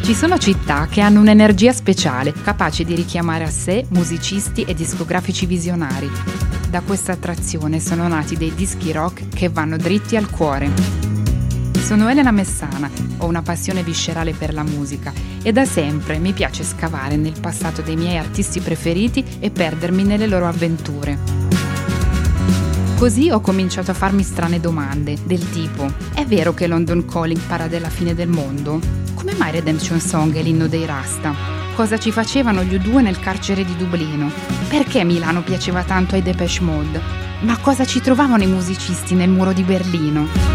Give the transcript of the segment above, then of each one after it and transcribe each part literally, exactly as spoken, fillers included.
Ci sono città che hanno un'energia speciale, capace di richiamare a sé musicisti e discografici visionari. Da questa attrazione sono nati dei dischi rock che vanno dritti al cuore. Sono Elena Messana, ho una passione viscerale per la musica e da sempre mi piace scavare nel passato dei miei artisti preferiti e perdermi nelle loro avventure. Così ho cominciato a farmi strane domande, del tipo: è vero che London Calling parla della fine del mondo? Come mai Redemption Song è l'inno dei Rasta? Cosa ci facevano gli U due nel carcere di Dublino? Perché Milano piaceva tanto ai Depeche Mode? Ma cosa ci trovavano i musicisti nel muro di Berlino?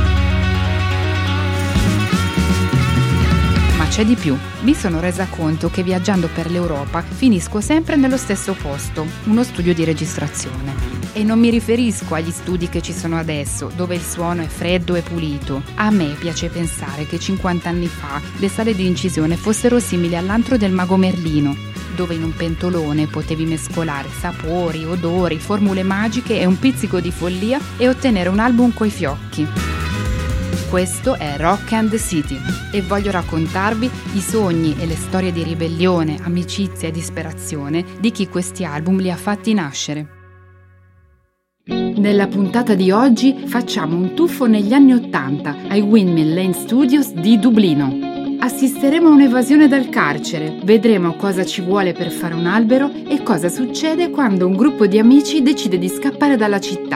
Ma c'è di più. Mi sono resa conto che viaggiando per l'Europa finisco sempre nello stesso posto, uno studio di registrazione. E non mi riferisco agli studi che ci sono adesso, dove il suono è freddo e pulito. A me piace pensare che cinquanta anni fa le sale di incisione fossero simili all'antro del mago Merlino, dove in un pentolone potevi mescolare sapori, odori, formule magiche e un pizzico di follia e ottenere un album coi fiocchi. Questo è Rock and the City e voglio raccontarvi i sogni e le storie di ribellione, amicizia e disperazione di chi questi album li ha fatti nascere. Nella puntata di oggi facciamo un tuffo negli anni Ottanta ai Windmill Lane Studios di Dublino. Assisteremo a un'evasione dal carcere, vedremo cosa ci vuole per fare un albero e cosa succede quando un gruppo di amici decide di scappare dalla città.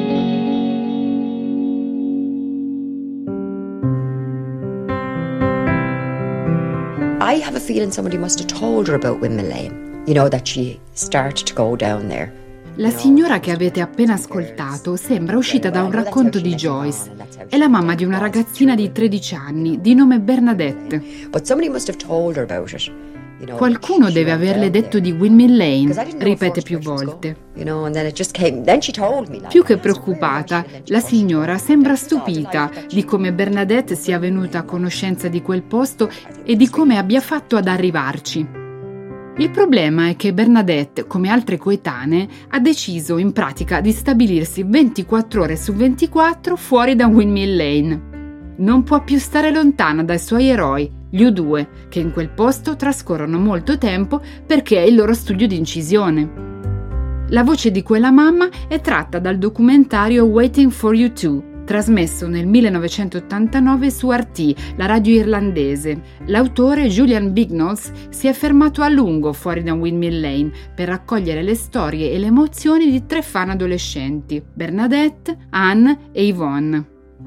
I have a feeling somebody must have told her about Windmill Lane, you know, that she started to go down there. La signora che avete appena ascoltato sembra uscita da un racconto di Joyce. È la mamma di una ragazzina di tredici anni, di nome Bernadette. Qualcuno deve averle detto di Windmill Lane, ripete più volte. Più che preoccupata, la signora sembra stupita di come Bernadette sia venuta a conoscenza di quel posto e di come abbia fatto ad arrivarci. Il problema è che Bernadette, come altre coetanee, ha deciso in pratica di stabilirsi ventiquattro ore su ventiquattro fuori da Windmill Lane. Non può più stare lontana dai suoi eroi, gli U due, che in quel posto trascorrono molto tempo perché è il loro studio di incisione. La voce di quella mamma è tratta dal documentario Waiting for You Two, trasmesso nel millenovecentottantanove su R T I, la radio irlandese. L'autore Julian Bignolls si è fermato a lungo fuori da Windmill Lane per raccogliere le storie e le emozioni di tre fan adolescenti, Bernadette, Anne e Yvonne.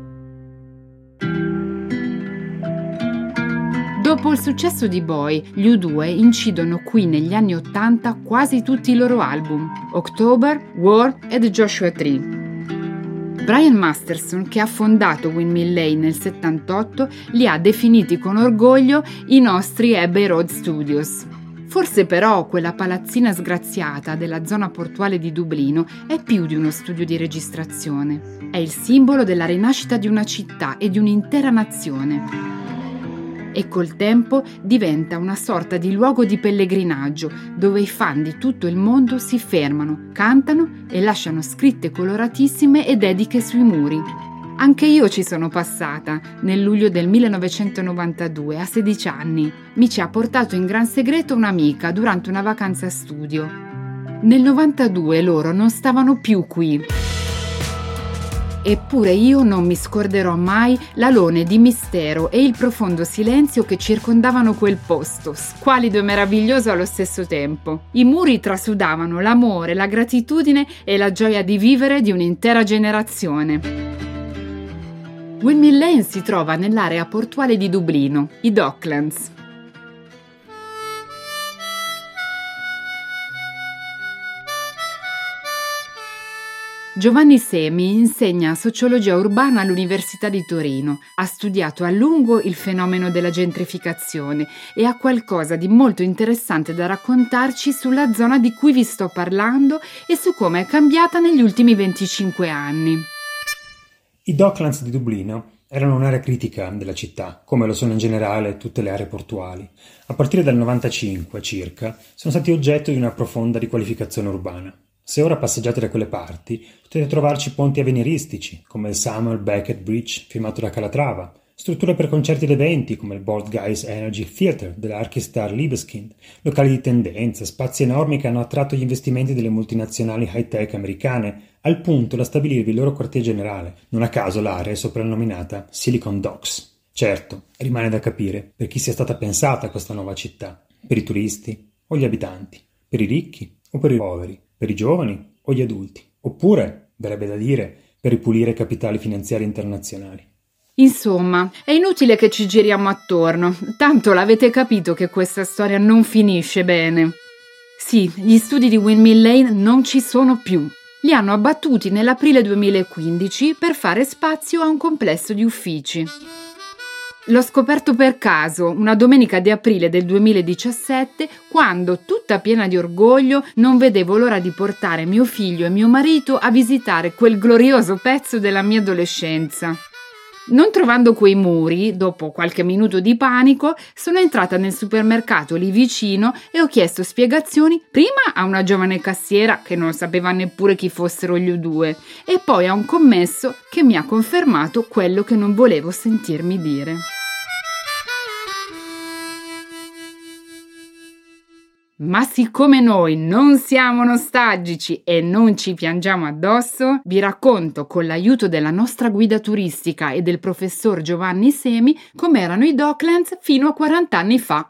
Dopo il successo di Boy, gli U due incidono qui negli anni Ottanta quasi tutti i loro album, October, War e The Joshua Tree. Brian Masterson, che ha fondato Windmill Lane nel settantotto, li ha definiti con orgoglio i nostri Abbey Road Studios. Forse però quella palazzina sgraziata della zona portuale di Dublino è più di uno studio di registrazione. È il simbolo della rinascita di una città e di un'intera nazione. E col tempo diventa una sorta di luogo di pellegrinaggio dove i fan di tutto il mondo si fermano, cantano e lasciano scritte coloratissime e dediche sui muri. Anche io ci sono passata nel luglio del millenovecentonovantadue, a sedici anni. Mi ci ha portato in gran segreto un'amica durante una vacanza studio. Nel novantadue loro non stavano più qui. Eppure io non mi scorderò mai l'alone di mistero e il profondo silenzio che circondavano quel posto, squallido e meraviglioso allo stesso tempo. I muri trasudavano l'amore, la gratitudine e la gioia di vivere di un'intera generazione. Windmill Lane si trova nell'area portuale di Dublino, i Docklands. Giovanni Semi insegna sociologia urbana all'Università di Torino, ha studiato a lungo il fenomeno della gentrificazione e ha qualcosa di molto interessante da raccontarci sulla zona di cui vi sto parlando e su come è cambiata negli ultimi venticinque anni. I Docklands di Dublino erano un'area critica della città, come lo sono in generale tutte le aree portuali. A partire dal novantacinque circa sono stati oggetto di una profonda riqualificazione urbana. Se ora passeggiate da quelle parti, potete trovarci ponti avveniristici, come il Samuel Beckett Bridge firmato da Calatrava, strutture per concerti ed eventi come il Bold Guys Energy Theater dell'Archistar Libeskind, locali di tendenza, spazi enormi che hanno attratto gli investimenti delle multinazionali high-tech americane, al punto da stabilirvi il loro quartier generale. Non a caso l'area è soprannominata Silicon Docks. Certo, rimane da capire per chi sia stata pensata questa nuova città, per i turisti o gli abitanti, per i ricchi o per i poveri, per i giovani o gli adulti, oppure, verrebbe da dire, per ripulire capitali finanziari internazionali. Insomma, è inutile che ci giriamo attorno, tanto l'avete capito che questa storia non finisce bene. Sì, gli studi di Windmill Lane non ci sono più. Li hanno abbattuti nell'aprile duemilaquindici per fare spazio a un complesso di uffici. L'ho scoperto per caso, una domenica di aprile del duemiladiciassette, quando, tutta piena di orgoglio, non vedevo l'ora di portare mio figlio e mio marito a visitare quel glorioso pezzo della mia adolescenza. Non trovando quei muri, dopo qualche minuto di panico, sono entrata nel supermercato lì vicino e ho chiesto spiegazioni prima a una giovane cassiera che non sapeva neppure chi fossero gli U due e poi a un commesso che mi ha confermato quello che non volevo sentirmi dire. Ma siccome noi non siamo nostalgici e non ci piangiamo addosso, vi racconto con l'aiuto della nostra guida turistica e del professor Giovanni Semi com'erano i Docklands fino a quaranta anni fa.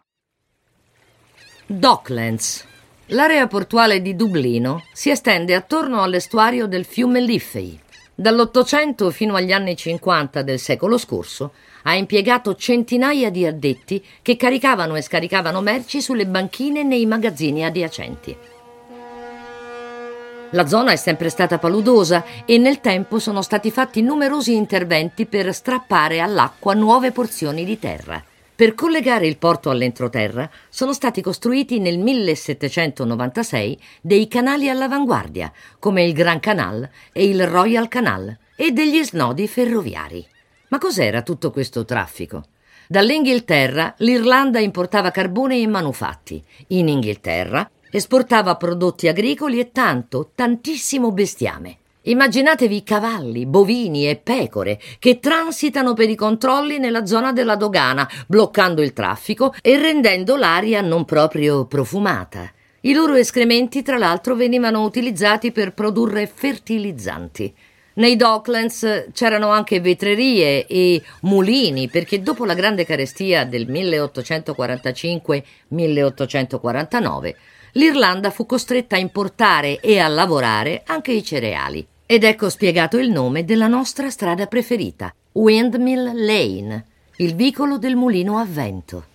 Docklands. L'area portuale di Dublino si estende attorno all'estuario del fiume Liffey. Dall'Ottocento fino agli anni cinquanta del secolo scorso ha impiegato centinaia di addetti che caricavano e scaricavano merci sulle banchine nei magazzini adiacenti. La zona è sempre stata paludosa e nel tempo sono stati fatti numerosi interventi per strappare all'acqua nuove porzioni di terra. Per collegare il porto all'entroterra sono stati costruiti nel millesettecentonovantasei dei canali all'avanguardia, come il Grand Canal e il Royal Canal, e degli snodi ferroviari. Ma cos'era tutto questo traffico? Dall'Inghilterra l'Irlanda importava carbone e manufatti. In Inghilterra esportava prodotti agricoli e tanto, tantissimo bestiame. Immaginatevi cavalli, bovini e pecore che transitano per i controlli nella zona della dogana, bloccando il traffico e rendendo l'aria non proprio profumata. I loro escrementi, tra l'altro, venivano utilizzati per produrre fertilizzanti. Nei Docklands c'erano anche vetrerie e mulini, perché dopo la grande carestia del milleottocentoquarantacinque milleottocentoquarantanove l'Irlanda fu costretta a importare e a lavorare anche i cereali. Ed ecco spiegato il nome della nostra strada preferita, Windmill Lane, il vicolo del mulino a vento.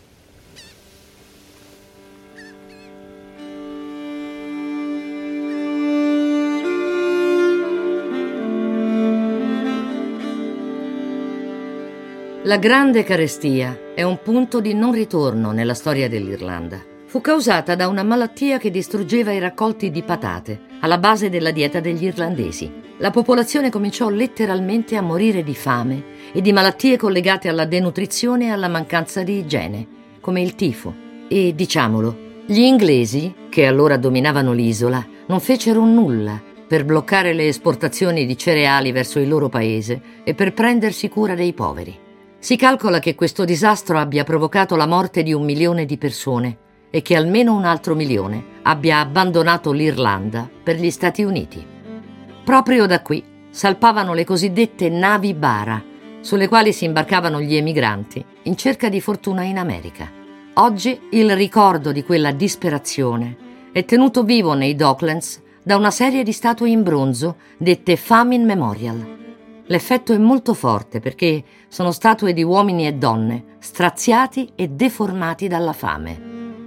La grande carestia è un punto di non ritorno nella storia dell'Irlanda. Fu causata da una malattia che distruggeva i raccolti di patate, alla base della dieta degli irlandesi. La popolazione cominciò letteralmente a morire di fame e di malattie collegate alla denutrizione e alla mancanza di igiene, come il tifo. E, diciamolo, gli inglesi, che allora dominavano l'isola, non fecero nulla per bloccare le esportazioni di cereali verso il loro paese e per prendersi cura dei poveri. Si calcola che questo disastro abbia provocato la morte di un milione di persone e che almeno un altro milione abbia abbandonato l'Irlanda per gli Stati Uniti. Proprio da qui salpavano le cosiddette navi bara, sulle quali si imbarcavano gli emigranti in cerca di fortuna in America. Oggi il ricordo di quella disperazione è tenuto vivo nei Docklands da una serie di statue in bronzo dette Famine Memorial. L'effetto è molto forte perché sono statue di uomini e donne straziati e deformati dalla fame.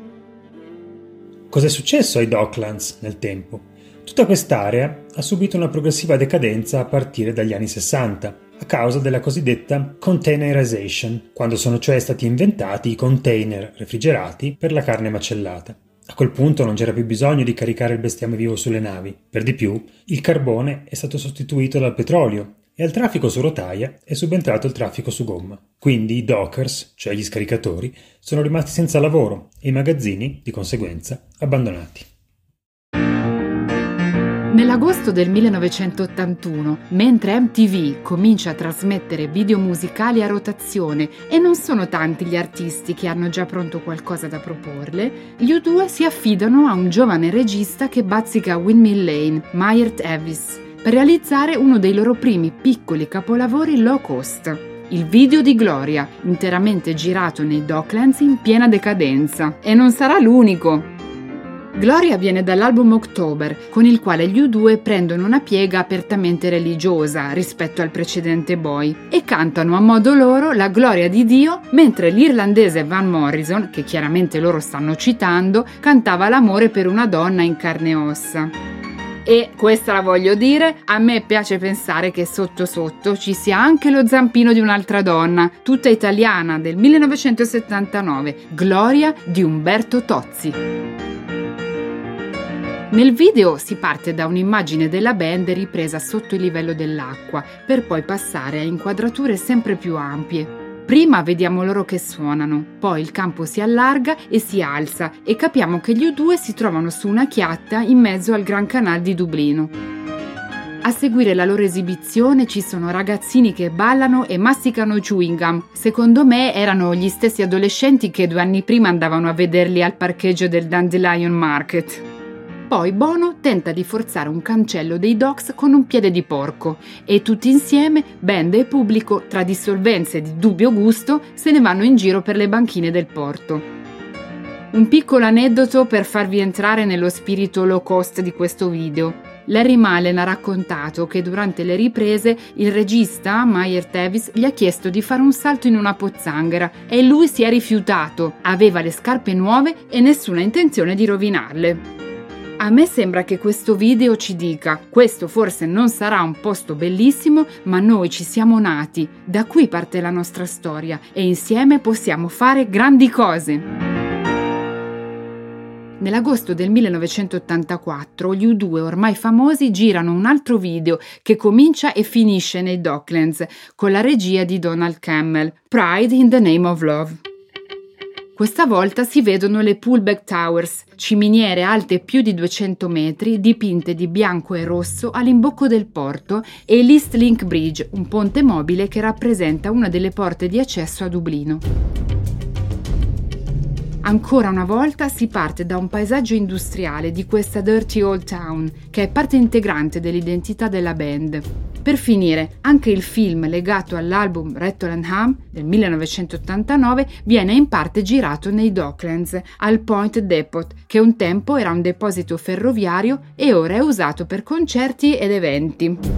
Cos'è successo ai Docklands nel tempo? Tutta quest'area ha subito una progressiva decadenza a partire dagli anni sessanta, a causa della cosiddetta containerization, quando sono cioè stati inventati i container refrigerati per la carne macellata. A quel punto non c'era più bisogno di caricare il bestiame vivo sulle navi. Per di più, il carbone è stato sostituito dal petrolio e al traffico su rotaia è subentrato il traffico su gomma. Quindi i dockers, cioè gli scaricatori, sono rimasti senza lavoro e i magazzini, di conseguenza, abbandonati. Nell'agosto del millenovecentottantuno, mentre M T V comincia a trasmettere video musicali a rotazione e non sono tanti gli artisti che hanno già pronto qualcosa da proporle, gli U due si affidano a un giovane regista che bazzica Windmill Lane, Myers Davis, per realizzare uno dei loro primi piccoli capolavori low cost. Il video di Gloria, interamente girato nei Docklands in piena decadenza. E non sarà l'unico! Gloria viene dall'album October, con il quale gli U due prendono una piega apertamente religiosa rispetto al precedente Boy e cantano a modo loro la gloria di Dio, mentre l'irlandese Van Morrison, che chiaramente loro stanno citando, cantava l'amore per una donna in carne e ossa. E, questa la voglio dire, a me piace pensare che sotto sotto ci sia anche lo zampino di un'altra donna, tutta italiana, del millenovecentosettantanove, Gloria di Umberto Tozzi. Nel video si parte da un'immagine della band ripresa sotto il livello dell'acqua, per poi passare a inquadrature sempre più ampie. Prima vediamo loro che suonano, poi il campo si allarga e si alza e capiamo che gli U due si trovano su una chiatta in mezzo al Gran Canal di Dublino. A seguire la loro esibizione ci sono ragazzini che ballano e masticano chewing gum. Secondo me erano gli stessi adolescenti che due anni prima andavano a vederli al parcheggio del Dandelion Market. Poi Bono tenta di forzare un cancello dei docks con un piede di porco e tutti insieme, band e pubblico, tra dissolvenze di dubbio gusto, se ne vanno in giro per le banchine del porto. Un piccolo aneddoto per farvi entrare nello spirito low cost di questo video. Larry Mullen ha raccontato che durante le riprese il regista, Myers Davis, gli ha chiesto di fare un salto in una pozzanghera e lui si è rifiutato, aveva le scarpe nuove e nessuna intenzione di rovinarle. A me sembra che questo video ci dica: questo forse non sarà un posto bellissimo, ma noi ci siamo nati, da qui parte la nostra storia e insieme possiamo fare grandi cose. Nell'agosto del millenovecentottantaquattro gli U due ormai famosi girano un altro video che comincia e finisce nei Docklands con la regia di Donald Cammell, Pride in the Name of Love. Questa volta si vedono le Pullback Towers, ciminiere alte più di duecento metri, dipinte di bianco e rosso all'imbocco del porto, e l'East Link Bridge, un ponte mobile che rappresenta una delle porte di accesso a Dublino. Ancora una volta si parte da un paesaggio industriale di questa dirty old town, che è parte integrante dell'identità della band. Per finire, anche il film legato all'album Rattle and Hum del millenovecentottantanove viene in parte girato nei Docklands, al Point Depot, che un tempo era un deposito ferroviario e ora è usato per concerti ed eventi.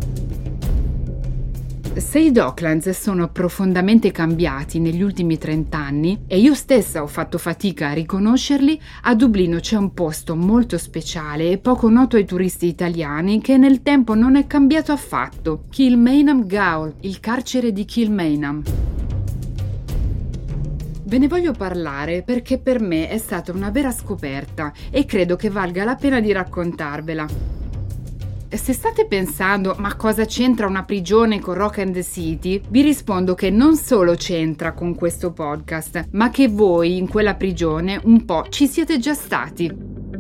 Se i Docklands sono profondamente cambiati negli ultimi trent'anni e io stessa ho fatto fatica a riconoscerli, a Dublino c'è un posto molto speciale e poco noto ai turisti italiani che nel tempo non è cambiato affatto: Kilmainham Gaol, il carcere di Kilmainham. Ve ne voglio parlare perché per me è stata una vera scoperta e credo che valga la pena di raccontarvela. Se state pensando ma cosa c'entra una prigione con Rock and the City, vi rispondo che non solo c'entra con questo podcast, ma che voi in quella prigione un po' ci siete già stati.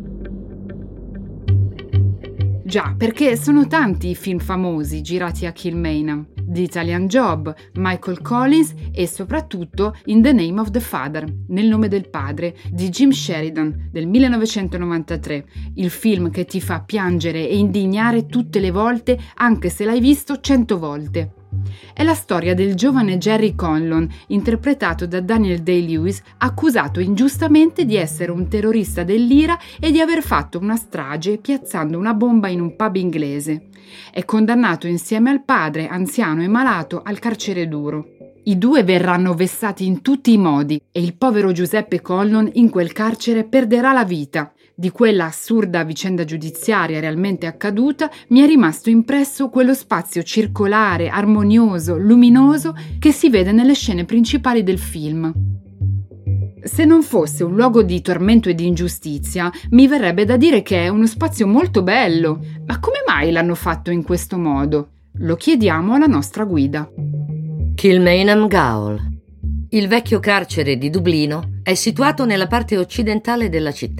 Già, perché sono tanti i film famosi girati a Kilmainham: The Italian Job, Michael Collins e soprattutto In the Name of the Father, Nel nome del padre, di Jim Sheridan del millenovecentonovantatré, il film che ti fa piangere e indignare tutte le volte anche se l'hai visto cento volte. È la storia del giovane Jerry Conlon, interpretato da Daniel Day-Lewis, accusato ingiustamente di essere un terrorista dell'Ira e di aver fatto una strage piazzando una bomba in un pub inglese. È condannato insieme al padre, anziano e malato, al carcere duro. I due verranno vessati in tutti i modi e il povero Giuseppe Conlon in quel carcere perderà la vita. Di quella assurda vicenda giudiziaria realmente accaduta mi è rimasto impresso quello spazio circolare, armonioso, luminoso che si vede nelle scene principali del film. Se non fosse un luogo di tormento e di ingiustizia, mi verrebbe da dire che è uno spazio molto bello. Ma come mai l'hanno fatto in questo modo? Lo chiediamo alla nostra guida. Kilmainham Gaol. Il vecchio carcere di Dublino è situato nella parte occidentale della città.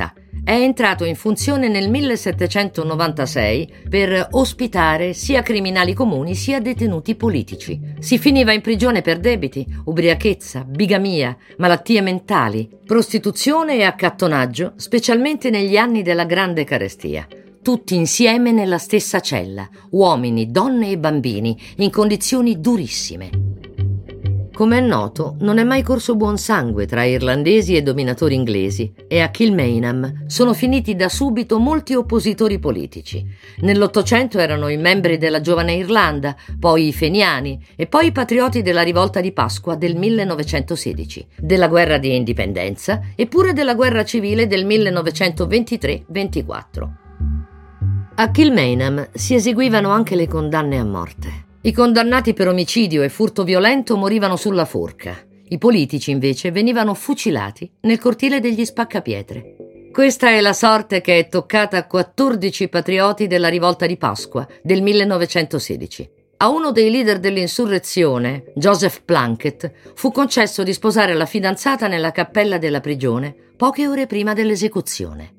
è entrato in funzione nel millesettecentonovantasei per ospitare sia criminali comuni sia detenuti politici. Si finiva in prigione per debiti, ubriachezza, bigamia, malattie mentali, prostituzione e accattonaggio, specialmente negli anni della grande carestia. Tutti insieme nella stessa cella, uomini, donne e bambini, in condizioni durissime. Come è noto, non è mai corso buon sangue tra irlandesi e dominatori inglesi e a Kilmainham sono finiti da subito molti oppositori politici. Nell'Ottocento erano i membri della Giovane Irlanda, poi i Feniani e poi i patrioti della rivolta di Pasqua del millenovecentosedici, della guerra di indipendenza e pure della guerra civile del millenovecentoventitré ventiquattro. A Kilmainham si eseguivano anche le condanne a morte. I condannati per omicidio e furto violento morivano sulla forca. I politici, invece, venivano fucilati nel cortile degli Spaccapietre. Questa è la sorte che è toccata a quattordici patrioti della rivolta di Pasqua del millenovecentosedici. A uno dei leader dell'insurrezione, Joseph Plunkett, fu concesso di sposare la fidanzata nella cappella della prigione poche ore prima dell'esecuzione.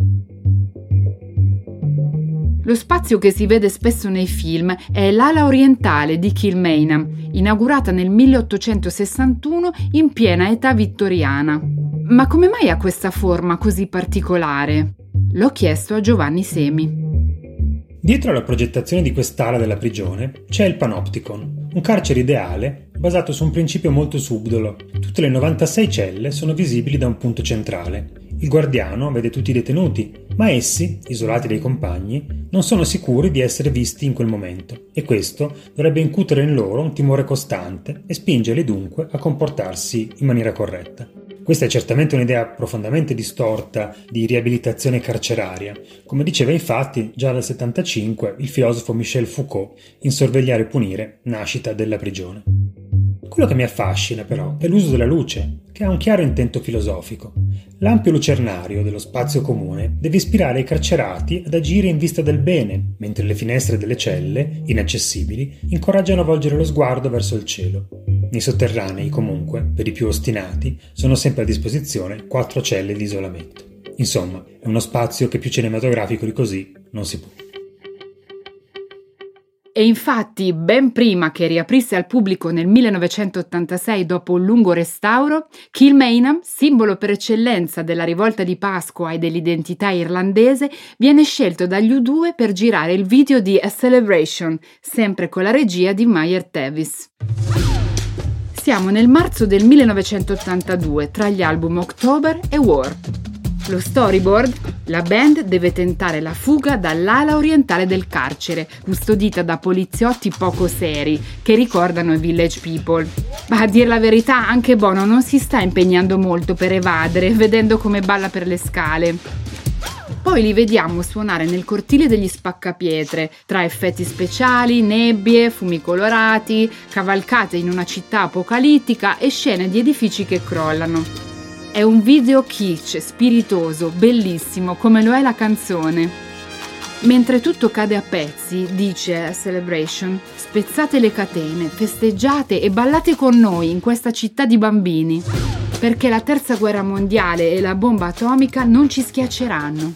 Lo spazio che si vede spesso nei film è l'ala orientale di Kilmainham, inaugurata nel milleottocentosessantuno in piena età vittoriana. Ma come mai ha questa forma così particolare? L'ho chiesto a Giovanni Semi. Dietro alla progettazione di quest'ala della prigione c'è il Panopticon, un carcere ideale basato su un principio molto subdolo. Tutte le novantasei celle sono visibili da un punto centrale. Il guardiano vede tutti i detenuti, ma essi, isolati dai compagni, non sono sicuri di essere visti in quel momento e questo dovrebbe incutere in loro un timore costante e spingerli dunque a comportarsi in maniera corretta. Questa è certamente un'idea profondamente distorta di riabilitazione carceraria, come diceva infatti già dal settantacinque il filosofo Michel Foucault in Sorvegliare e punire, nascita della prigione. Quello che mi affascina però è l'uso della luce, che ha un chiaro intento filosofico. L'ampio lucernario dello spazio comune deve ispirare i carcerati ad agire in vista del bene, mentre le finestre delle celle, inaccessibili, incoraggiano a volgere lo sguardo verso il cielo. Nei sotterranei, comunque, per i più ostinati, sono sempre a disposizione quattro celle di isolamento. Insomma, è uno spazio che più cinematografico di così non si può. E infatti, ben prima che riaprisse al pubblico nel millenovecentottantasei dopo un lungo restauro, Kilmainham, simbolo per eccellenza della rivolta di Pasqua e dell'identità irlandese, viene scelto dagli U due per girare il video di A Celebration, sempre con la regia di Meyer Tevis. Siamo nel marzo del millenovecentottantadue, tra gli album October e War. Lo storyboard? La band deve tentare la fuga dall'ala orientale del carcere, custodita da poliziotti poco seri, che ricordano i Village People. Ma a dir la verità, anche Bono non si sta impegnando molto per evadere, vedendo come balla per le scale. Poi li vediamo suonare nel cortile degli Spaccapietre, tra effetti speciali, nebbie, fumi colorati, cavalcate in una città apocalittica e scene di edifici che crollano. È un video kitsch, spiritoso, bellissimo, come lo è la canzone. Mentre tutto cade a pezzi, dice A Celebration, spezzate le catene, festeggiate e ballate con noi in questa città di bambini, perché la terza guerra mondiale e la bomba atomica non ci schiacceranno.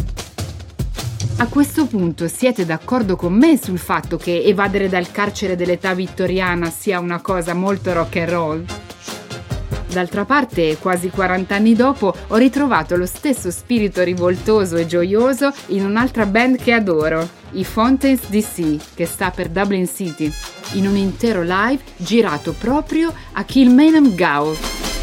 A questo punto siete d'accordo con me sul fatto che evadere dal carcere dell'età vittoriana sia una cosa molto rock and roll? D'altra parte, quasi quaranta anni dopo, ho ritrovato lo stesso spirito rivoltoso e gioioso in un'altra band che adoro, i Fountains D C, che sta per Dublin City, in un intero live girato proprio a Kilmainham Gaol.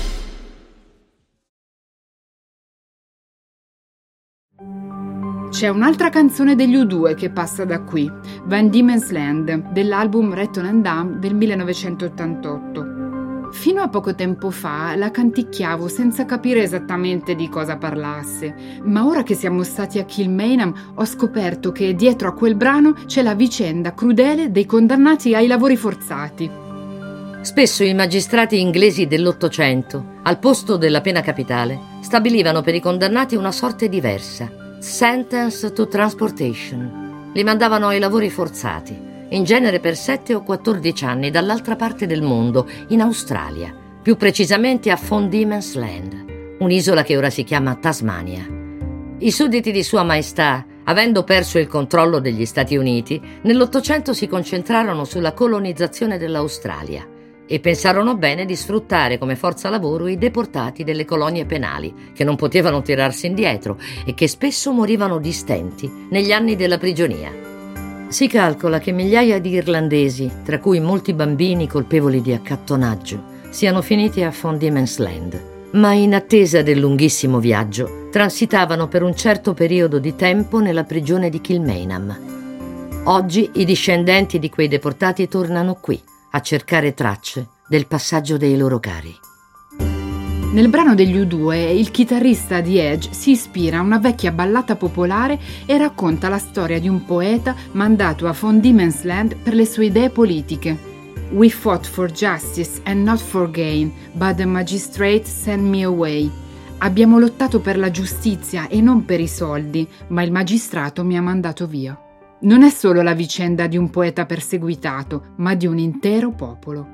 C'è un'altra canzone degli U due che passa da qui, Van Diemen's Land, dell'album Rattle and Dam del millenovecentottantotto. Fino a poco tempo fa la canticchiavo senza capire esattamente di cosa parlasse, ma ora che siamo stati a Kilmainham ho scoperto che dietro a quel brano c'è la vicenda crudele dei condannati ai lavori forzati. Spesso i magistrati inglesi dell'Ottocento, al posto della pena capitale, stabilivano per i condannati una sorte diversa, sentence to transportation. Li mandavano ai lavori forzati, in genere per sette o quattordici anni dall'altra parte del mondo, in Australia, più precisamente a Van Diemen's Land, un'isola che ora si chiama Tasmania. I sudditi di Sua Maestà, avendo perso il controllo degli Stati Uniti, nell'Ottocento si concentrarono sulla colonizzazione dell'Australia e pensarono bene di sfruttare come forza lavoro i deportati delle colonie penali, che non potevano tirarsi indietro e che spesso morivano di stenti negli anni della prigionia. Si calcola che migliaia di irlandesi, tra cui molti bambini colpevoli di accattonaggio, siano finiti a Van Diemen's Land, ma in attesa del lunghissimo viaggio transitavano per un certo periodo di tempo nella prigione di Kilmainham. Oggi i discendenti di quei deportati tornano qui a cercare tracce del passaggio dei loro cari. Nel brano degli U due il chitarrista di Edge si ispira a una vecchia ballata popolare e racconta la storia di un poeta mandato a Van Diemen's Land per le sue idee politiche. We fought for justice and not for gain, but the magistrate sent me away. Abbiamo lottato per la giustizia e non per i soldi, ma il magistrato mi ha mandato via. Non è solo la vicenda di un poeta perseguitato, ma di un intero popolo.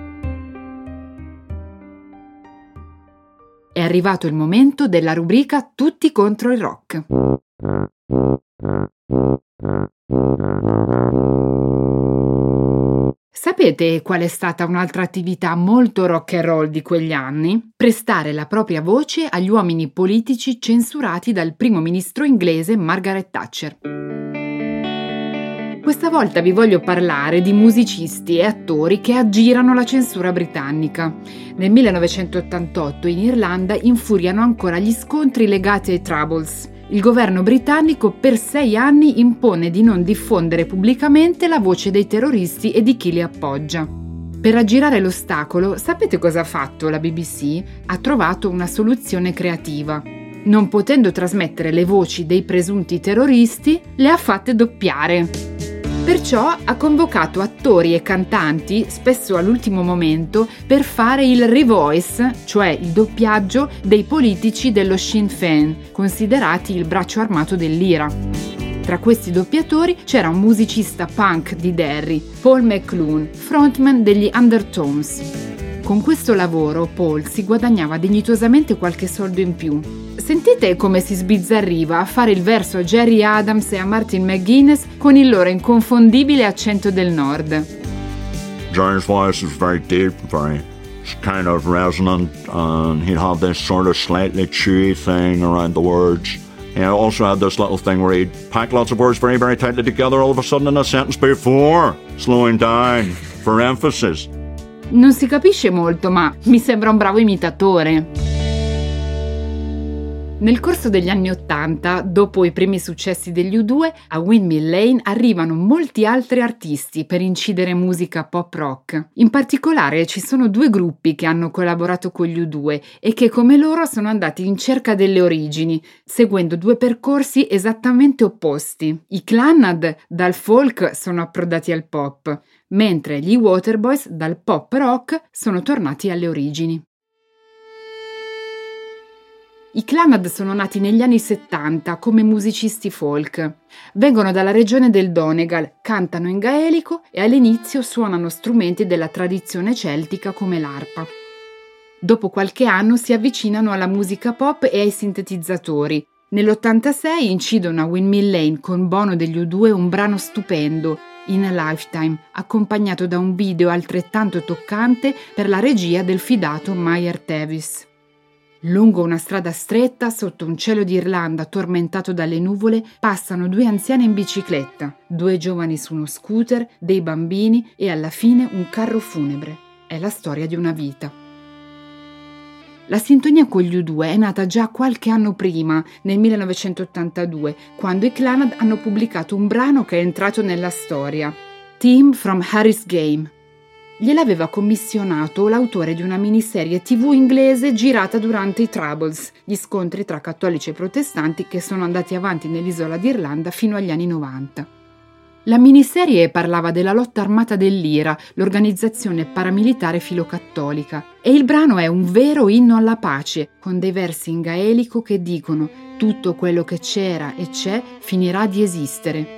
È arrivato il momento della rubrica Tutti contro il rock. Sapete qual è stata un'altra attività molto rock and roll di quegli anni? Prestare la propria voce agli uomini politici censurati dal primo ministro inglese Margaret Thatcher. Questa volta vi voglio parlare di musicisti e attori che aggirano la censura britannica. Nel millenovecentottantotto in Irlanda infuriano ancora gli scontri legati ai Troubles. Il governo britannico per sei anni impone di non diffondere pubblicamente la voce dei terroristi e di chi li appoggia. Per aggirare l'ostacolo, sapete cosa ha fatto la B B C? Ha trovato una soluzione creativa. Non potendo trasmettere le voci dei presunti terroristi, le ha fatte doppiare. Perciò ha convocato attori e cantanti, spesso all'ultimo momento, per fare il revoice, cioè il doppiaggio dei politici dello Sinn Féin, considerati il braccio armato dell'I R A. Tra questi doppiatori c'era un musicista punk di Derry, Paul McClune, frontman degli Undertones. Con questo lavoro Paul si guadagnava dignitosamente qualche soldo in più. Sentite come si sbizzarriva a fare il verso a Gerry Adams e a Martin McGuinness con il loro inconfondibile accento del nord. Jerry's voice was very deep, very kind of resonant, and he'd have this sort of slightly chewy thing around the words. He also had this little thing where he'd pack lots of words very, very tightly together all of a sudden in a sentence before slowing down for emphasis. Non si capisce molto, ma mi sembra un bravo imitatore. Nel corso degli anni Ottanta, dopo i primi successi degli U due, a Windmill Lane arrivano molti altri artisti per incidere musica pop rock. In particolare ci sono due gruppi che hanno collaborato con gli U due e che come loro sono andati in cerca delle origini, seguendo due percorsi esattamente opposti. I Clannad dal folk sono approdati al pop, mentre gli Waterboys dal pop rock sono tornati alle origini. I Clannad sono nati negli anni settanta come musicisti folk. Vengono dalla regione del Donegal, cantano in gaelico e all'inizio suonano strumenti della tradizione celtica come l'arpa. Dopo qualche anno si avvicinano alla musica pop e ai sintetizzatori. Nell'ottantasei incidono a Windmill Lane con Bono degli U due un brano stupendo, In a Lifetime, accompagnato da un video altrettanto toccante per la regia del fidato Meyer Davis. Lungo una strada stretta, sotto un cielo d'Irlanda tormentato dalle nuvole, passano due anziani in bicicletta, due giovani su uno scooter, dei bambini e alla fine un carro funebre. È la storia di una vita. La sintonia con gli U due è nata già qualche anno prima, nel millenovecentottantadue, quando i Clannad hanno pubblicato un brano che è entrato nella storia, Theme from Harry's Game. Gliel'aveva commissionato l'autore di una miniserie tivù inglese girata durante i Troubles, gli scontri tra cattolici e protestanti che sono andati avanti nell'isola d'Irlanda fino agli anni novanta. La miniserie parlava della lotta armata dell'I R A, l'organizzazione paramilitare filocattolica, e il brano è un vero inno alla pace, con dei versi in gaelico che dicono «Tutto quello che c'era e c'è finirà di esistere».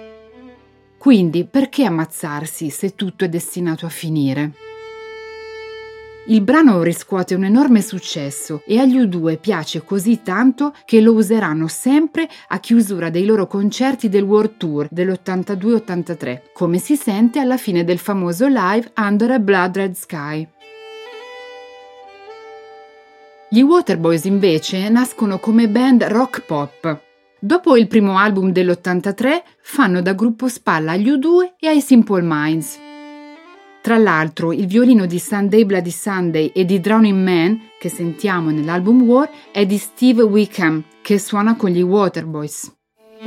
Quindi, perché ammazzarsi se tutto è destinato a finire? Il brano riscuote un enorme successo e agli U due piace così tanto che lo useranno sempre a chiusura dei loro concerti del World Tour dell'ottantadue ottantatré, come si sente alla fine del famoso live Under a Blood Red Sky. Gli Waterboys invece nascono come band rock pop. Dopo il primo album dell'ottantatré fanno da gruppo spalla agli U due e ai Simple Minds. Tra l'altro, il violino di Sunday Bloody Sunday e di Drowning Man, che sentiamo nell'album War, è di Steve Wickham, che suona con gli Waterboys.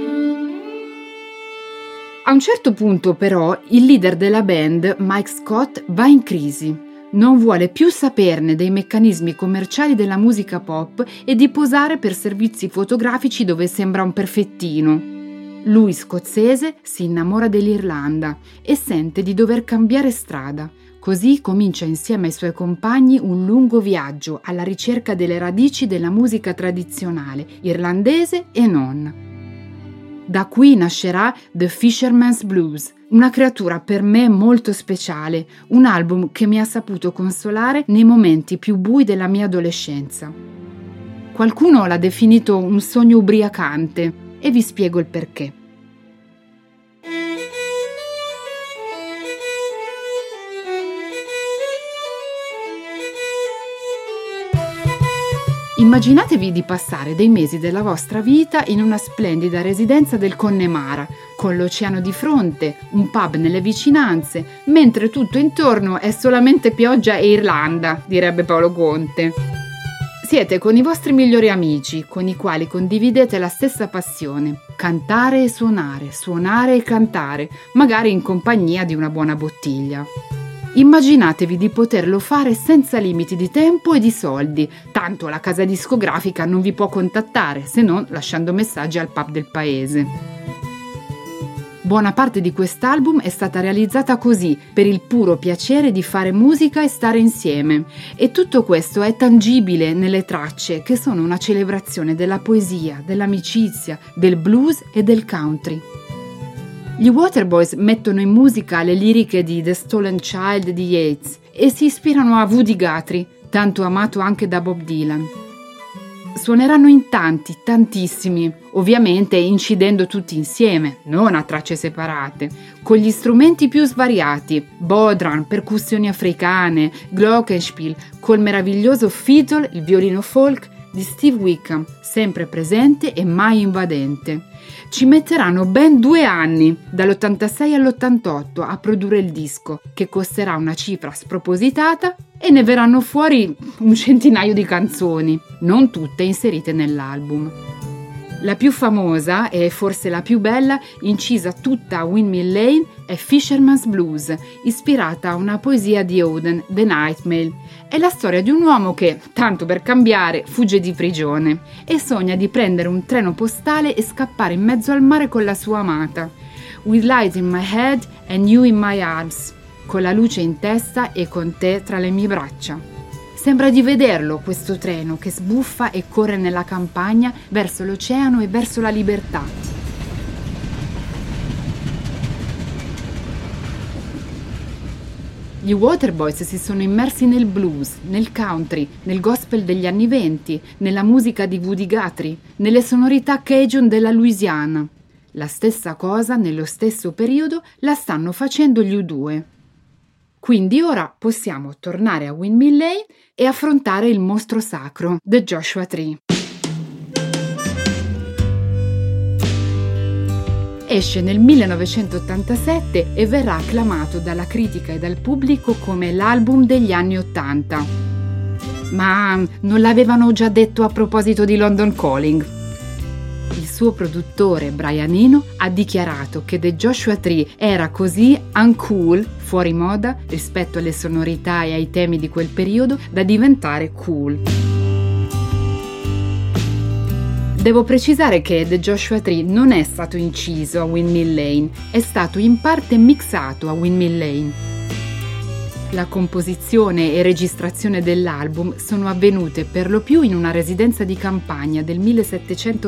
A un certo punto, però, il leader della band, Mike Scott, va in crisi. Non vuole più saperne dei meccanismi commerciali della musica pop e di posare per servizi fotografici dove sembra un perfettino. Lui, scozzese, si innamora dell'Irlanda e sente di dover cambiare strada. Così comincia insieme ai suoi compagni un lungo viaggio alla ricerca delle radici della musica tradizionale, irlandese e non. Da qui nascerà The Fisherman's Blues, una creatura per me molto speciale, un album che mi ha saputo consolare nei momenti più bui della mia adolescenza. Qualcuno l'ha definito un sogno ubriacante e vi spiego il perché. Immaginatevi di passare dei mesi della vostra vita in una splendida residenza del Connemara, con l'oceano di fronte, un pub nelle vicinanze, mentre tutto intorno è solamente pioggia e Irlanda, direbbe Paolo Conte. Siete con i vostri migliori amici, con i quali condividete la stessa passione, cantare e suonare, suonare e cantare, magari in compagnia di una buona bottiglia. Immaginatevi di poterlo fare senza limiti di tempo e di soldi, tanto la casa discografica non vi può contattare, se non lasciando messaggi al pub del paese. Buona parte di quest'album è stata realizzata così, per il puro piacere di fare musica e stare insieme. E tutto questo è tangibile nelle tracce, che sono una celebrazione della poesia, dell'amicizia, del blues e del country. Gli Waterboys mettono in musica le liriche di The Stolen Child di Yeats e si ispirano a Woody Guthrie, tanto amato anche da Bob Dylan. Suoneranno in tanti, tantissimi, ovviamente incidendo tutti insieme, non a tracce separate, con gli strumenti più svariati, bodhran, percussioni africane, glockenspiel, col meraviglioso fiddle, il violino folk, di Steve Wickham, sempre presente e mai invadente. Ci metteranno ben due anni, dall'ottantasei all'ottantotto, a produrre il disco, che costerà una cifra spropositata e ne verranno fuori un centinaio di canzoni, non tutte inserite nell'album. La più famosa, e forse la più bella, incisa tutta a Windmill Lane, è Fisherman's Blues, ispirata a una poesia di Auden, The Nightmare. È la storia di un uomo che, tanto per cambiare, fugge di prigione e sogna di prendere un treno postale e scappare in mezzo al mare con la sua amata. With light in my head and you in my arms, con la luce in testa e con te tra le mie braccia. Sembra di vederlo, questo treno che sbuffa e corre nella campagna verso l'oceano e verso la libertà. Gli Waterboys si sono immersi nel blues, nel country, nel gospel degli anni venti, nella musica di Woody Guthrie, nelle sonorità Cajun della Louisiana. La stessa cosa, nello stesso periodo, la stanno facendo gli U due. Quindi ora possiamo tornare a Windmill Lane e affrontare il mostro sacro, The Joshua Tree. Esce nel millenovecentottantasette e verrà acclamato dalla critica e dal pubblico come l'album degli anni Ottanta. Ma non l'avevano già detto a proposito di London Calling? Il suo produttore, Brian Eno, ha dichiarato che The Joshua Tree era così uncool, fuori moda, rispetto alle sonorità e ai temi di quel periodo, da diventare cool. Devo precisare che The Joshua Tree non è stato inciso a Windmill Lane, è stato in parte mixato a Windmill Lane. La composizione e registrazione dell'album sono avvenute per lo più in una residenza di campagna del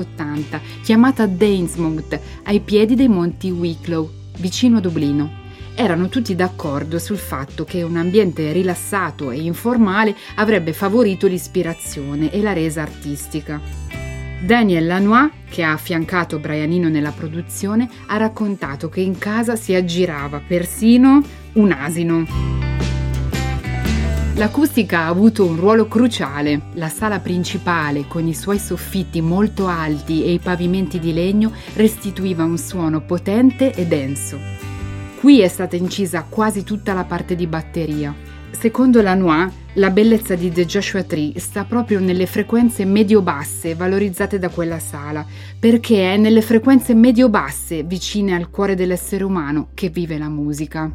millesettecentottanta chiamata Dainsmouth, ai piedi dei monti Wicklow, vicino a Dublino. erano tutti d'accordo sul fatto che un ambiente rilassato e informale avrebbe favorito l'ispirazione e la resa artistica. Daniel Lanois, che ha affiancato Brian Eno nella produzione, ha raccontato che in casa si aggirava persino un asino. L'acustica ha avuto un ruolo cruciale. La sala principale, con i suoi soffitti molto alti e i pavimenti di legno, restituiva un suono potente e denso. Qui è stata incisa quasi tutta la parte di batteria. Secondo Lanois, la bellezza di The Joshua Tree sta proprio nelle frequenze medio-basse valorizzate da quella sala, perché è nelle frequenze medio-basse, vicine al cuore dell'essere umano, che vive la musica.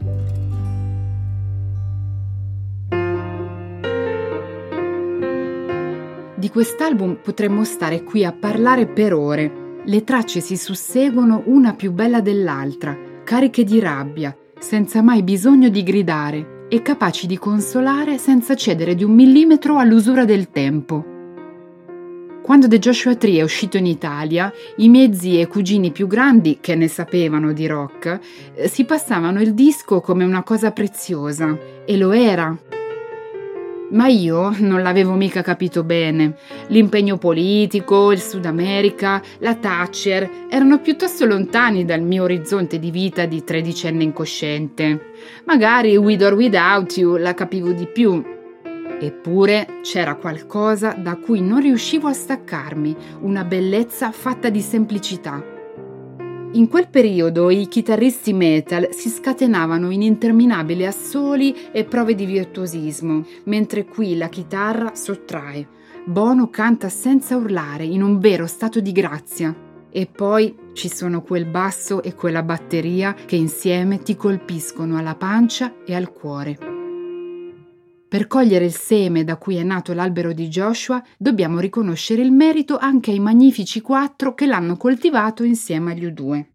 Di quest'album potremmo stare qui a parlare per ore. Le tracce si susseguono una più bella dell'altra, cariche di rabbia, senza mai bisogno di gridare e capaci di consolare senza cedere di un millimetro all'usura del tempo. Quando The Joshua Tree è uscito in Italia, i miei zii e cugini più grandi, che ne sapevano di rock, si passavano il disco come una cosa preziosa, e lo era. Ma io non l'avevo mica capito bene. L'impegno politico, il Sud America, la Thatcher erano piuttosto lontani dal mio orizzonte di vita di tredicenne incosciente. Magari With or Without You la capivo di più. Eppure c'era qualcosa da cui non riuscivo a staccarmi, una bellezza fatta di semplicità. In quel periodo i chitarristi metal si scatenavano in interminabili assoli e prove di virtuosismo, mentre qui la chitarra sottrae. Bono canta senza urlare, in un vero stato di grazia. E poi ci sono quel basso e quella batteria che insieme ti colpiscono alla pancia e al cuore. Per cogliere il seme da cui è nato l'albero di Joshua, dobbiamo riconoscere il merito anche ai magnifici quattro che l'hanno coltivato insieme agli U due.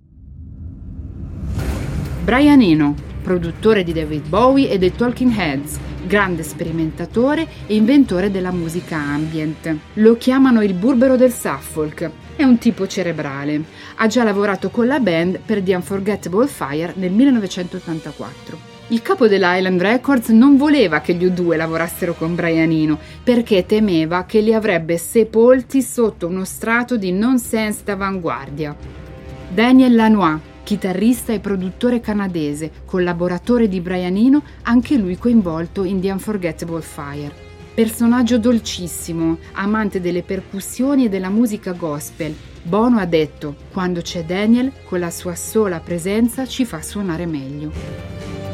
Brian Eno, produttore di David Bowie e dei Talking Heads, grande sperimentatore e inventore della musica ambient. Lo chiamano il burbero del Suffolk. È un tipo cerebrale. Ha già lavorato con la band per The Unforgettable Fire nel millenovecentottantaquattro. Il capo dell'Island Records non voleva che gli U due lavorassero con Brian Eno perché temeva che li avrebbe sepolti sotto uno strato di nonsense d'avanguardia. Daniel Lanois, chitarrista e produttore canadese, collaboratore di Brian Eno, anche lui coinvolto in The Unforgettable Fire. Personaggio dolcissimo, amante delle percussioni e della musica gospel. Bono ha detto: quando c'è Daniel, con la sua sola presenza ci fa suonare meglio.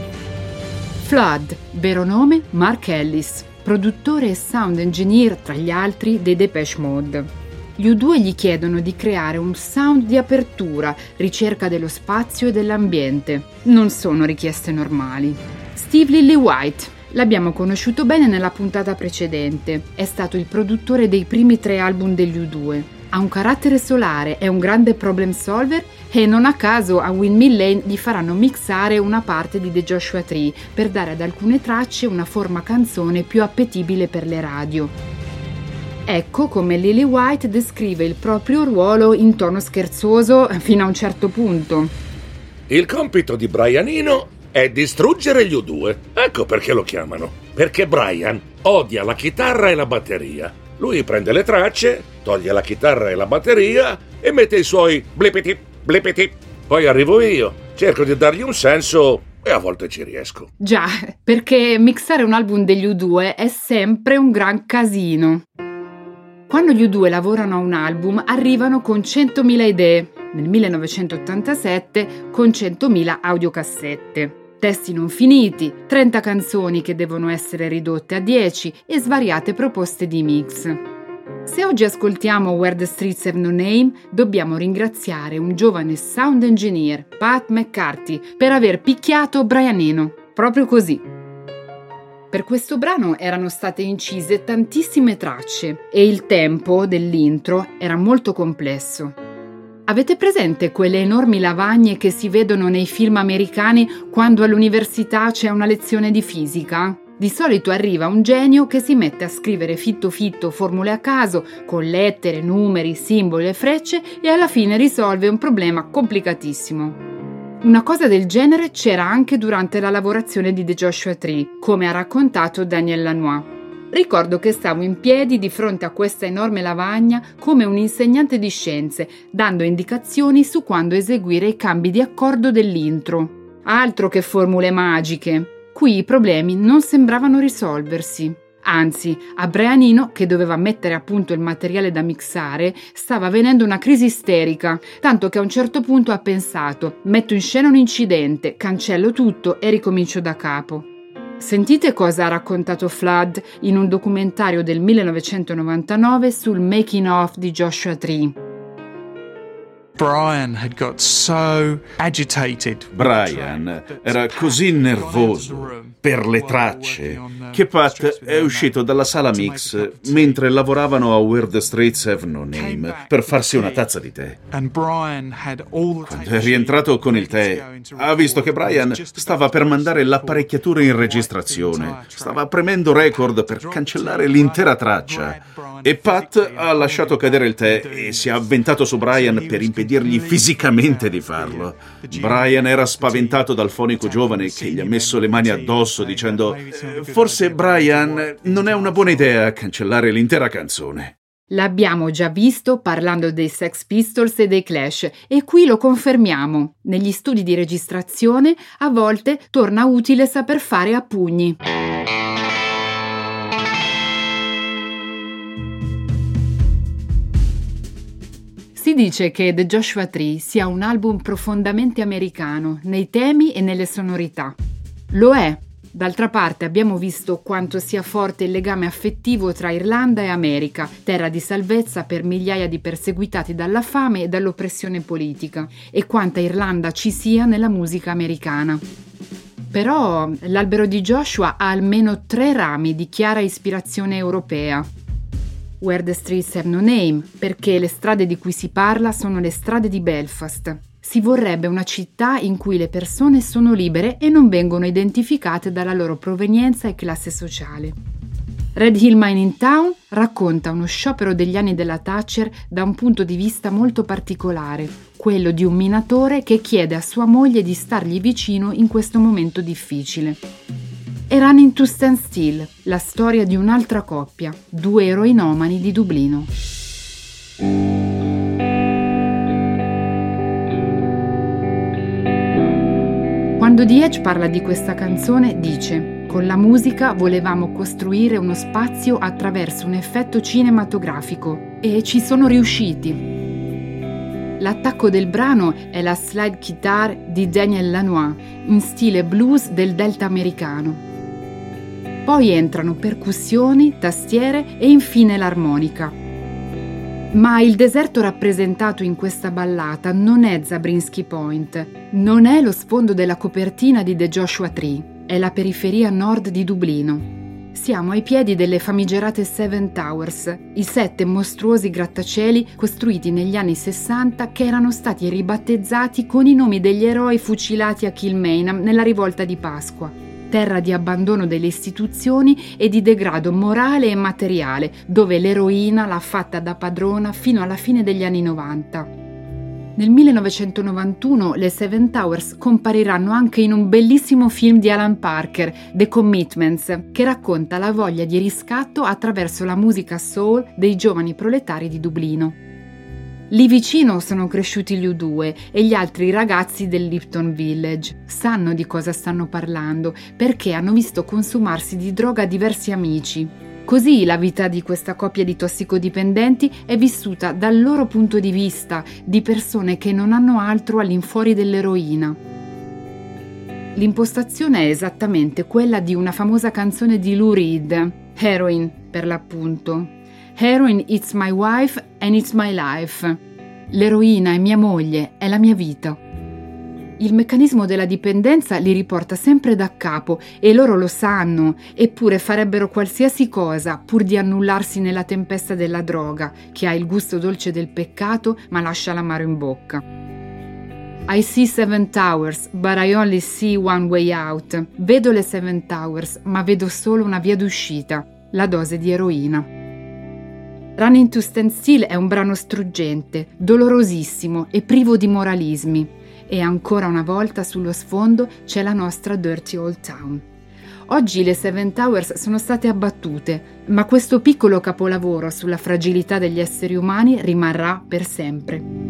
Flood, vero nome Mark Ellis, produttore e sound engineer tra gli altri dei Depeche Mode. Gli U due gli chiedono di creare un sound di apertura, ricerca dello spazio e dell'ambiente. Non sono richieste normali. Steve Lillywhite, l'abbiamo conosciuto bene nella puntata precedente, è stato il produttore dei primi tre album degli U due. Ha un carattere solare, è un grande problem solver e non a caso a Windmill Lane gli faranno mixare una parte di The Joshua Tree per dare ad alcune tracce una forma canzone più appetibile per le radio. Ecco come Lillywhite descrive il proprio ruolo in tono scherzoso fino a un certo punto. Il compito di Brian Eno è distruggere gli U due. Ecco perché lo chiamano. Perché Brian odia la chitarra e la batteria. Lui prende le tracce, toglie la chitarra e la batteria e mette i suoi blipiti, blipiti. Poi arrivo io, cerco di dargli un senso e a volte ci riesco. Già, perché mixare un album degli U due è sempre un gran casino. Quando gli U due lavorano a un album arrivano con centomila idee, nel millenovecentottantasette con centomila audiocassette. Testi non finiti, trenta canzoni che devono essere ridotte a dieci e svariate proposte di mix. Se oggi ascoltiamo Where the Streets Have No Name, dobbiamo ringraziare un giovane sound engineer, Pat McCarthy, per aver picchiato Brian Eno, proprio così. Per questo brano erano state incise tantissime tracce e il tempo dell'intro era molto complesso. Avete presente quelle enormi lavagne che si vedono nei film americani quando all'università c'è una lezione di fisica? Di solito arriva un genio che si mette a scrivere fitto fitto formule a caso, con lettere, numeri, simboli e frecce e alla fine risolve un problema complicatissimo. Una cosa del genere c'era anche durante la lavorazione di The Joshua Tree, come ha raccontato Daniel Lanois. Ricordo che stavo in piedi di fronte a questa enorme lavagna come un insegnante di scienze, dando indicazioni su quando eseguire i cambi di accordo dell'intro. Altro che formule magiche! Qui i problemi non sembravano risolversi. Anzi, a Brian Eno, che doveva mettere a punto il materiale da mixare, stava avvenendo una crisi isterica, tanto che a un certo punto ha pensato: metto in scena un incidente, cancello tutto e ricomincio da capo. Sentite cosa ha raccontato Flood in un documentario del millenovecentonovantanove sul making of di Joshua Tree. Brian had got so agitated. Brian era così nervoso per le tracce che Pat è uscito dalla sala mix mentre lavoravano a Where the Streets Have No Name per farsi una tazza di tè. Quando è rientrato con il tè, ha visto che Brian stava per mandare l'apparecchiatura in registrazione, stava premendo record per cancellare l'intera traccia, e Pat ha lasciato cadere il tè e si è avventato su Brian per impedirgli fisicamente di farlo. Brian era spaventato dal fonico giovane che gli ha messo le mani addosso dicendo: forse Brian non è una buona idea cancellare l'intera canzone. L'abbiamo già visto parlando dei Sex Pistols e dei Clash, e qui lo confermiamo. Negli studi di registrazione a volte torna utile saper fare a pugni. Si dice che The Joshua Tree sia un album profondamente americano nei temi e nelle sonorità. Lo è. D'altra parte abbiamo visto quanto sia forte il legame affettivo tra Irlanda e America, terra di salvezza per migliaia di perseguitati dalla fame e dall'oppressione politica, e quanta Irlanda ci sia nella musica americana. Però l'albero di Joshua ha almeno tre rami di chiara ispirazione europea. Where the Streets Have No Name, perché le strade di cui si parla sono le strade di Belfast. Si vorrebbe una città in cui le persone sono libere e non vengono identificate dalla loro provenienza e classe sociale. Red Hill Mining Town racconta uno sciopero degli anni della Thatcher da un punto di vista molto particolare, quello di un minatore che chiede a sua moglie di stargli vicino in questo momento difficile. E Running to Stand Still, la storia di un'altra coppia, due eroinomani di Dublino. Quando The Edge parla di questa canzone dice: con la musica volevamo costruire uno spazio attraverso un effetto cinematografico e ci sono riusciti. L'attacco del brano è la slide guitar di Daniel Lanois in stile blues del delta americano. Poi entrano percussioni, tastiere e infine l'armonica. Ma il deserto rappresentato in questa ballata non è Zabriskie Point, non è lo sfondo della copertina di The Joshua Tree, è la periferia nord di Dublino. Siamo ai piedi delle famigerate Seven Towers, i sette mostruosi grattacieli costruiti negli anni sessanta che erano stati ribattezzati con i nomi degli eroi fucilati a Kilmainham nella rivolta di Pasqua. Terra di abbandono delle istituzioni e di degrado morale e materiale, dove l'eroina l'ha fatta da padrona fino alla fine degli anni novanta. Nel millenovecentonovantuno le Seven Towers compariranno anche in un bellissimo film di Alan Parker, The Commitments, che racconta la voglia di riscatto attraverso la musica soul dei giovani proletari di Dublino. Lì vicino sono cresciuti gli U due e gli altri ragazzi del Lipton Village. Sanno di cosa stanno parlando perché hanno visto consumarsi di droga diversi amici. Così la vita di questa coppia di tossicodipendenti è vissuta dal loro punto di vista, di persone che non hanno altro all'infuori dell'eroina. L'impostazione è esattamente quella di una famosa canzone di Lou Reed, Heroin per l'appunto. Heroin, it's my wife and it's my life. L'eroina è mia moglie, è la mia vita. Il meccanismo della dipendenza li riporta sempre da capo e loro lo sanno, eppure farebbero qualsiasi cosa pur di annullarsi nella tempesta della droga, che ha il gusto dolce del peccato ma lascia l'amaro in bocca. I see seven towers, but I only see one way out. Vedo le Seven Towers, ma vedo solo una via d'uscita, la dose di eroina. Running to Stand Still è un brano struggente, dolorosissimo e privo di moralismi. e ancora una volta sullo sfondo c'è la nostra Dirty Old Town. Oggi le Seven Towers sono state abbattute, ma questo piccolo capolavoro sulla fragilità degli esseri umani rimarrà per sempre.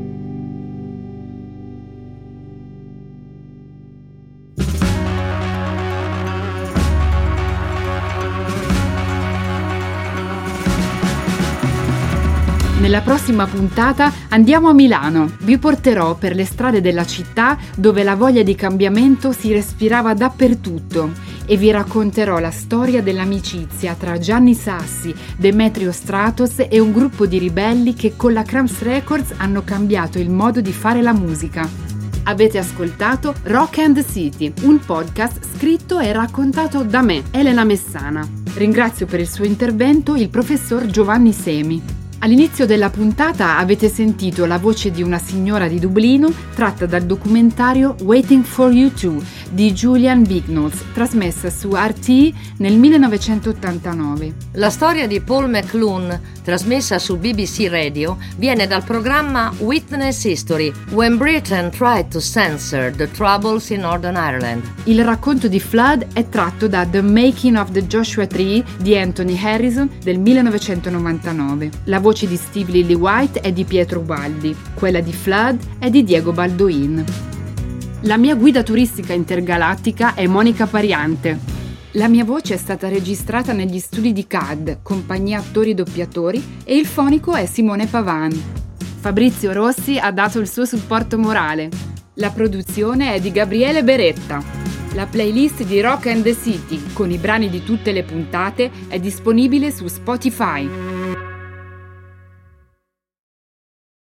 Nella prossima puntata andiamo a Milano. Vi porterò per le strade della città dove la voglia di cambiamento si respirava dappertutto e vi racconterò la storia dell'amicizia tra Gianni Sassi, Demetrio Stratos e un gruppo di ribelli che con la Cramps Records hanno cambiato il modo di fare la musica. Avete ascoltato Rock and the City, un podcast scritto e raccontato da me, Elena Messana. Ringrazio per il suo intervento il professor Giovanni Semi. All'inizio della puntata avete sentito la voce di una signora di Dublino tratta dal documentario Waiting for You Too di Julian Bignolls, trasmessa su R T E nel millenovecentottantanove. La storia di Paul McClune, trasmessa su B B C Radio, viene dal programma Witness History, When Britain Tried to Censor the Troubles in Northern Ireland. Il racconto di Flood è tratto da The Making of the Joshua Tree di Anthony Harrison del millenovecentonovantanove. La voce di Steve Lillywhite è di Pietro Ubaldi, quella di Flood è di Diego Baldoin. La mia guida turistica intergalattica è Monica Pariante. La mia voce è stata registrata negli studi di C A D, compagnia attori doppiatori, e il fonico è Simone Pavan. Fabrizio Rossi ha dato il suo supporto morale. La produzione è di Gabriele Beretta. La playlist di Rock and the City, con i brani di tutte le puntate, è disponibile su Spotify.